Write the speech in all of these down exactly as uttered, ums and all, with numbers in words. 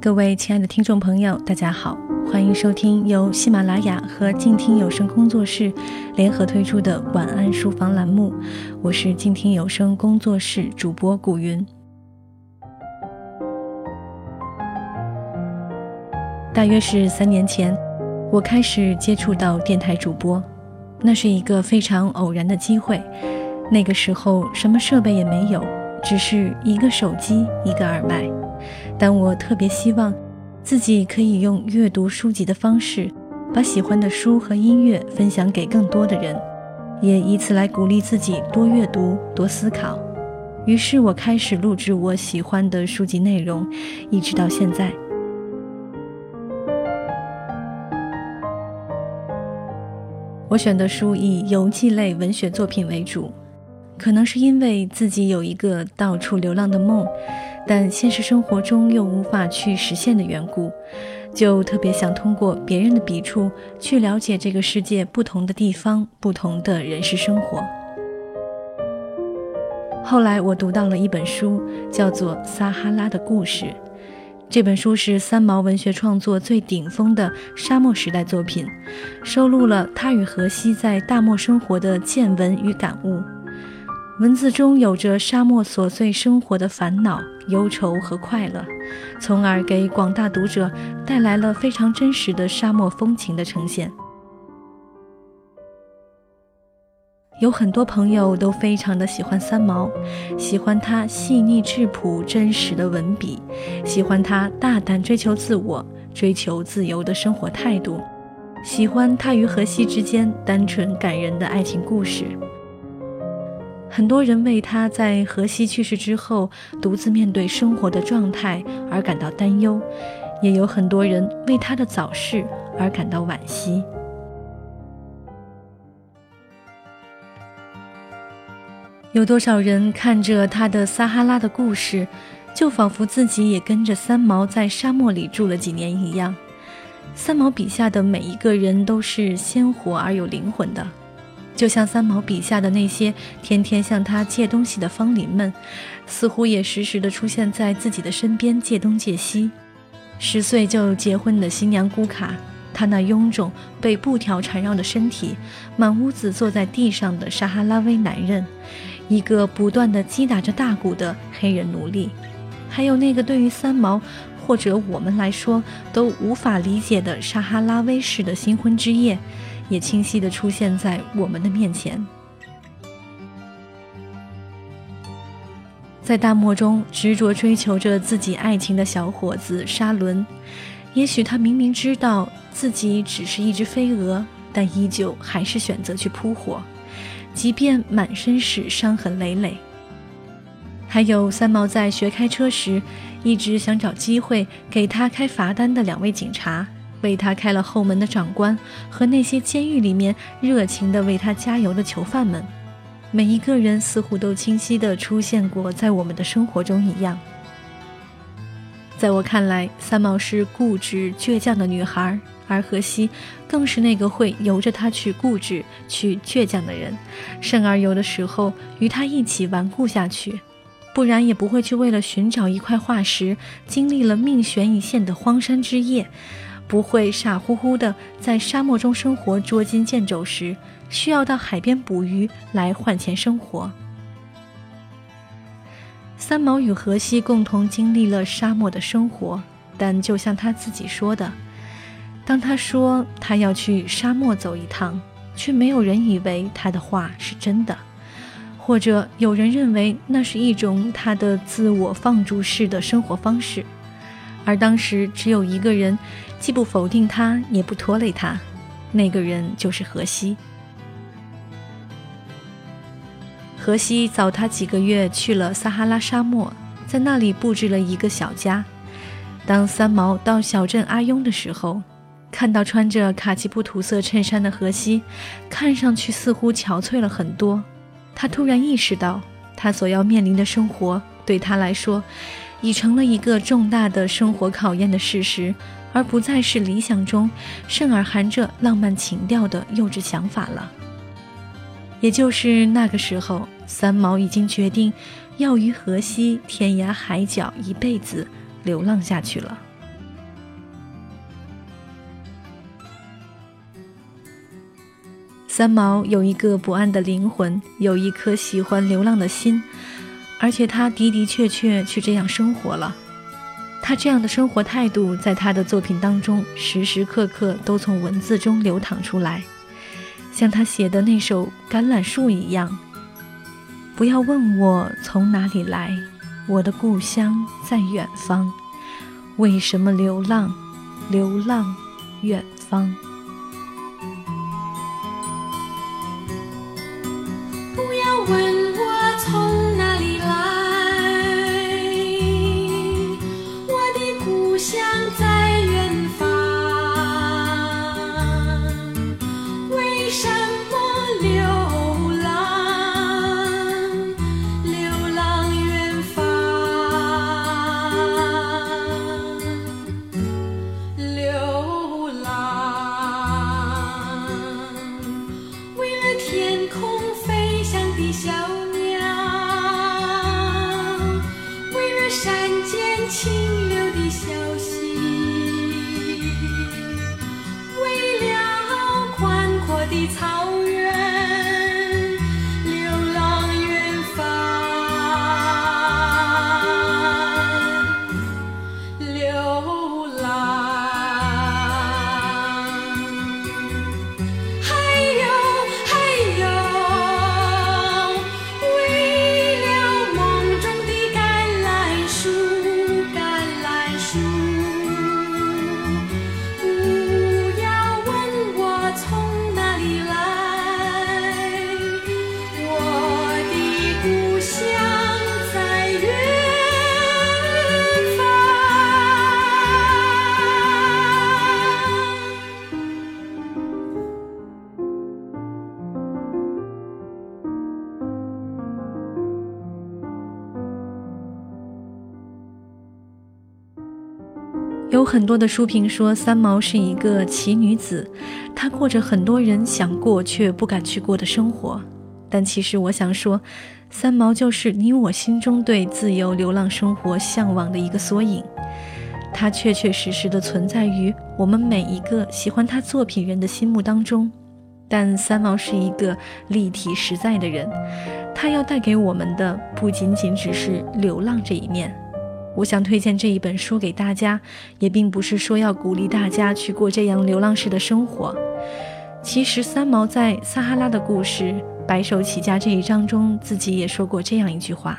各位亲爱的听众朋友，大家好，欢迎收听由喜马拉雅和静听有声工作室联合推出的晚安书房栏目，我是静听有声工作室主播古云。大约是三年前，我开始接触到电台主播，那是一个非常偶然的机会。那个时候什么设备也没有，只是一个手机一个耳麦，但我特别希望自己可以用阅读书籍的方式把喜欢的书和音乐分享给更多的人，也以此来鼓励自己多阅读多思考。于是我开始录制我喜欢的书籍内容，一直到现在。我选的书以游记类文学作品为主，可能是因为自己有一个到处流浪的梦，但现实生活中又无法去实现的缘故，就特别想通过别人的笔触去了解这个世界不同的地方，不同的人世生活。后来我读到了一本书，叫做《撒哈拉的故事》。这本书是三毛文学创作最顶峰的沙漠时代作品，收录了他与荷西在大漠生活的见闻与感悟。文字中有着沙漠琐碎生活的烦恼、忧愁和快乐，从而给广大读者带来了非常真实的沙漠风情的呈现。有很多朋友都非常的喜欢三毛，喜欢他细腻质朴真实的文笔，喜欢他大胆追求自我、追求自由的生活态度，喜欢他与荷西之间单纯感人的爱情故事。很多人为他在荷西去世之后独自面对生活的状态而感到担忧，也有很多人为他的早逝而感到惋惜。有多少人看着他的撒哈拉的故事，就仿佛自己也跟着三毛在沙漠里住了几年一样。三毛笔下的每一个人都是鲜活而有灵魂的，就像三毛笔下的那些天天向他借东西的芳邻们，似乎也时时地出现在自己的身边借东借西。十岁就结婚的新娘姑卡，她那臃肿被布条缠绕的身体，满屋子坐在地上的撒哈拉威男人，一个不断地击打着大鼓的黑人奴隶，还有那个对于三毛或者我们来说都无法理解的撒哈拉威式的新婚之夜，也清晰地出现在我们的面前。在大漠中执着追求着自己爱情的小伙子沙伦，也许他明明知道自己只是一只飞蛾，但依旧还是选择去扑火，即便满身是伤痕累累。还有三毛在学开车时，一直想找机会给他开罚单的两位警察，为他开了后门的长官，和那些监狱里面热情地为他加油的囚犯们，每一个人似乎都清晰地出现过在我们的生活中一样。在我看来，三毛是固执倔强的女孩，而荷西更是那个会由着她去固执去倔强的人，甚而有的时候与她一起顽固下去，不然也不会去为了寻找一块化石经历了命悬一线的荒山之夜，不会傻乎乎的在沙漠中生活捉襟见肘时需要到海边捕鱼来换钱生活。三毛与荷西共同经历了沙漠的生活，但就像他自己说的，当他说他要去沙漠走一趟，却没有人以为他的话是真的，或者有人认为那是一种他的自我放逐式的生活方式。而当时只有一个人，既不否定他也不拖累他，那个人就是荷西。荷西早他几个月去了撒哈拉沙漠，在那里布置了一个小家。当三毛到小镇阿雍的时候，看到穿着卡其布土色衬衫的荷西，看上去似乎憔悴了很多。他突然意识到，他所要面临的生活对他来说已成了一个重大的生活考验的事实，而不再是理想中甚而含着浪漫情调的幼稚想法了。也就是那个时候，三毛已经决定要与荷西天涯海角一辈子流浪下去了。 三毛有一个不安的灵魂，有一颗喜欢流浪的心，而且他的的确确去这样生活了。他这样的生活态度在他的作品当中时时刻刻都从文字中流淌出来，像他写的那首《橄榄树》一样，不要问我从哪里来，我的故乡在远方，为什么流浪，流浪远方。 不要问我从哪里来，我的故乡在远方，为什么流浪，流浪远方，流浪，为了天空飞翔的小鸟，为了山间清流的小溪，为了宽阔的草原，流浪远方，流浪。 有很多的书评说三毛是一个奇女子，她过着很多人想过却不敢去过的生活。但其实我想说，三毛就是你我心中对自由流浪生活向往的一个缩影。她确确实实地存在于我们每一个喜欢她作品人的心目当中。但三毛是一个立体实在的人，她要带给我们的不仅仅只是流浪这一面。我想推荐这一本书给大家，也并不是说要鼓励大家去过这样流浪式的生活。其实三毛在撒哈拉的故事白手起家这一章中，自己也说过这样一句话：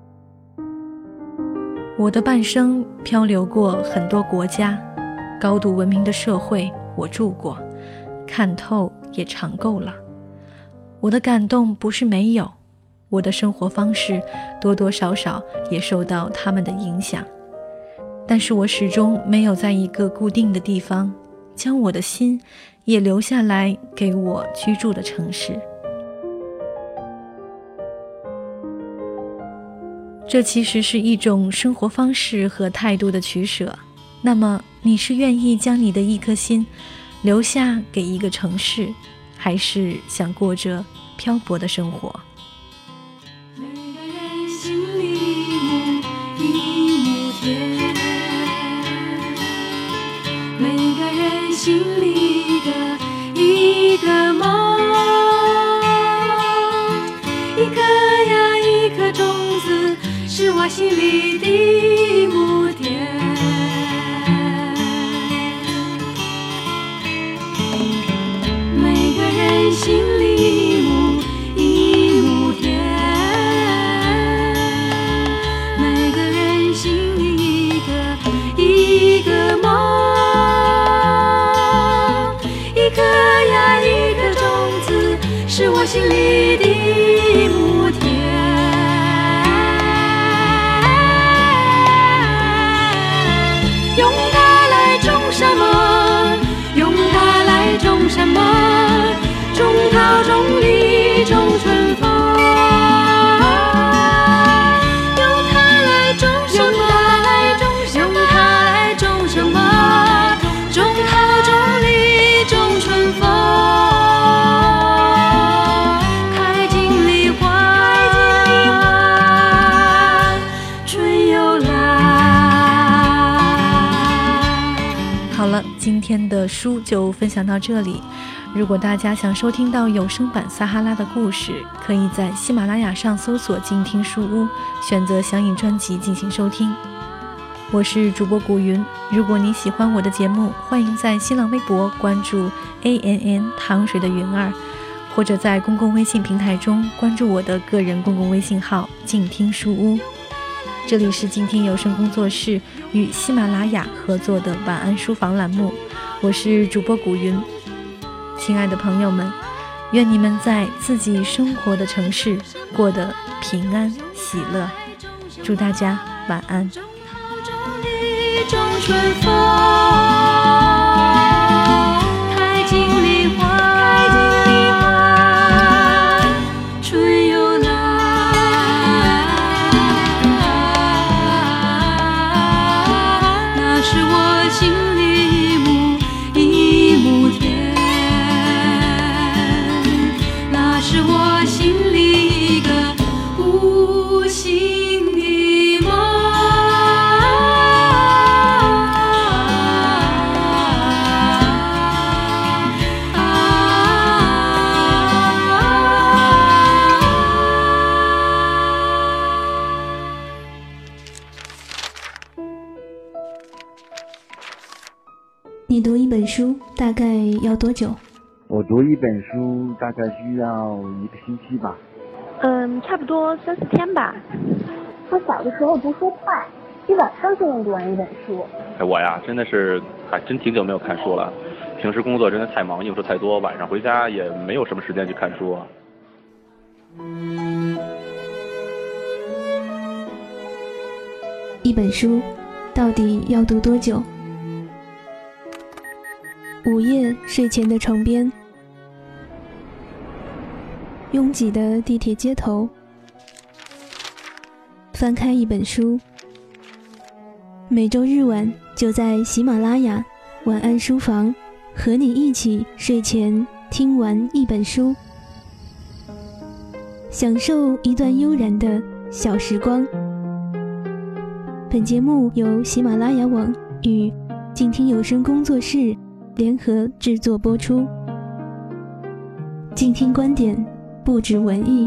我的半生漂流过很多国家，高度文明的社会我住过，看透也尝够了。我的感动不是没有，我的生活方式多多少少也受到他们的影响，但是我始终没有在一个固定的地方将我的心也留下来给我居住的城市。这其实是一种生活方式和态度的取舍。那么你是愿意将你的一颗心留下给一个城市，还是想过着漂泊的生活？ 心里的一个梦，一颗呀一颗种子，是我心里的母田。每个人心里母一亩田，每个人心里一个一个梦。是我心里的母田，用它来种什么？用它来种什么？种桃，种李，种春风。用它来种什么？用它来种什么？种桃，种李，种春风。 好了，今天的书就分享到这里。 如果大家想收听到有声版撒哈拉的故事，可以在喜马拉雅上搜索静听书屋，选择相应专辑进行收听。我是主播古云，如果你喜欢我的节目，欢迎在新浪微博关注 A N N 糖水的云儿，或者在公共微信平台中关注我的个人公共微信号静听书屋。这里是静听有声工作室与喜马拉雅合作的晚安书房栏目，我是主播古云。亲爱的朋友们，愿你们在自己生活的城市过得平安喜乐，祝大家晚安。 种春风，开尽梨花，开尽梨花，春又来。那是我心里一亩一亩田，那是我心里一个无心的梦。 你读一本书大概要多久？ 我读一本书大概需要一个星期吧。 嗯，差不多三四天吧。 我小的时候读书快，一晚上就能读完一本书。 哎，我呀，真的是还真挺久没有看书了。平时工作真的太忙，应酬太多，晚上回家也没有什么时间去看书啊。 一本书到底要读多久？午夜睡前的床边，拥挤的地铁街头，翻开一本书。每周日晚就在喜马拉雅晚安书房，和你一起睡前听完一本书，享受一段悠然的小时光。本节目由喜马拉雅网与静听有声工作室联合制作播出。静听观点，不止文艺。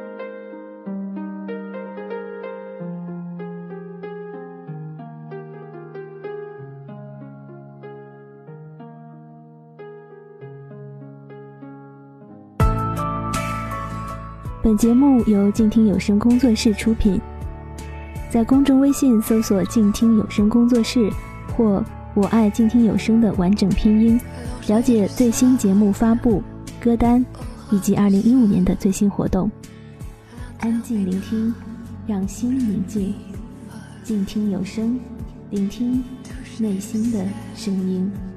本节目由静听有声工作室出品，在公众微信搜索静听有声工作室或我爱静听有声的完整拼音，了解最新节目发布、歌单以及二零一五年的最新活动。安静聆听，让心宁静，静听有声，聆听内心的声音。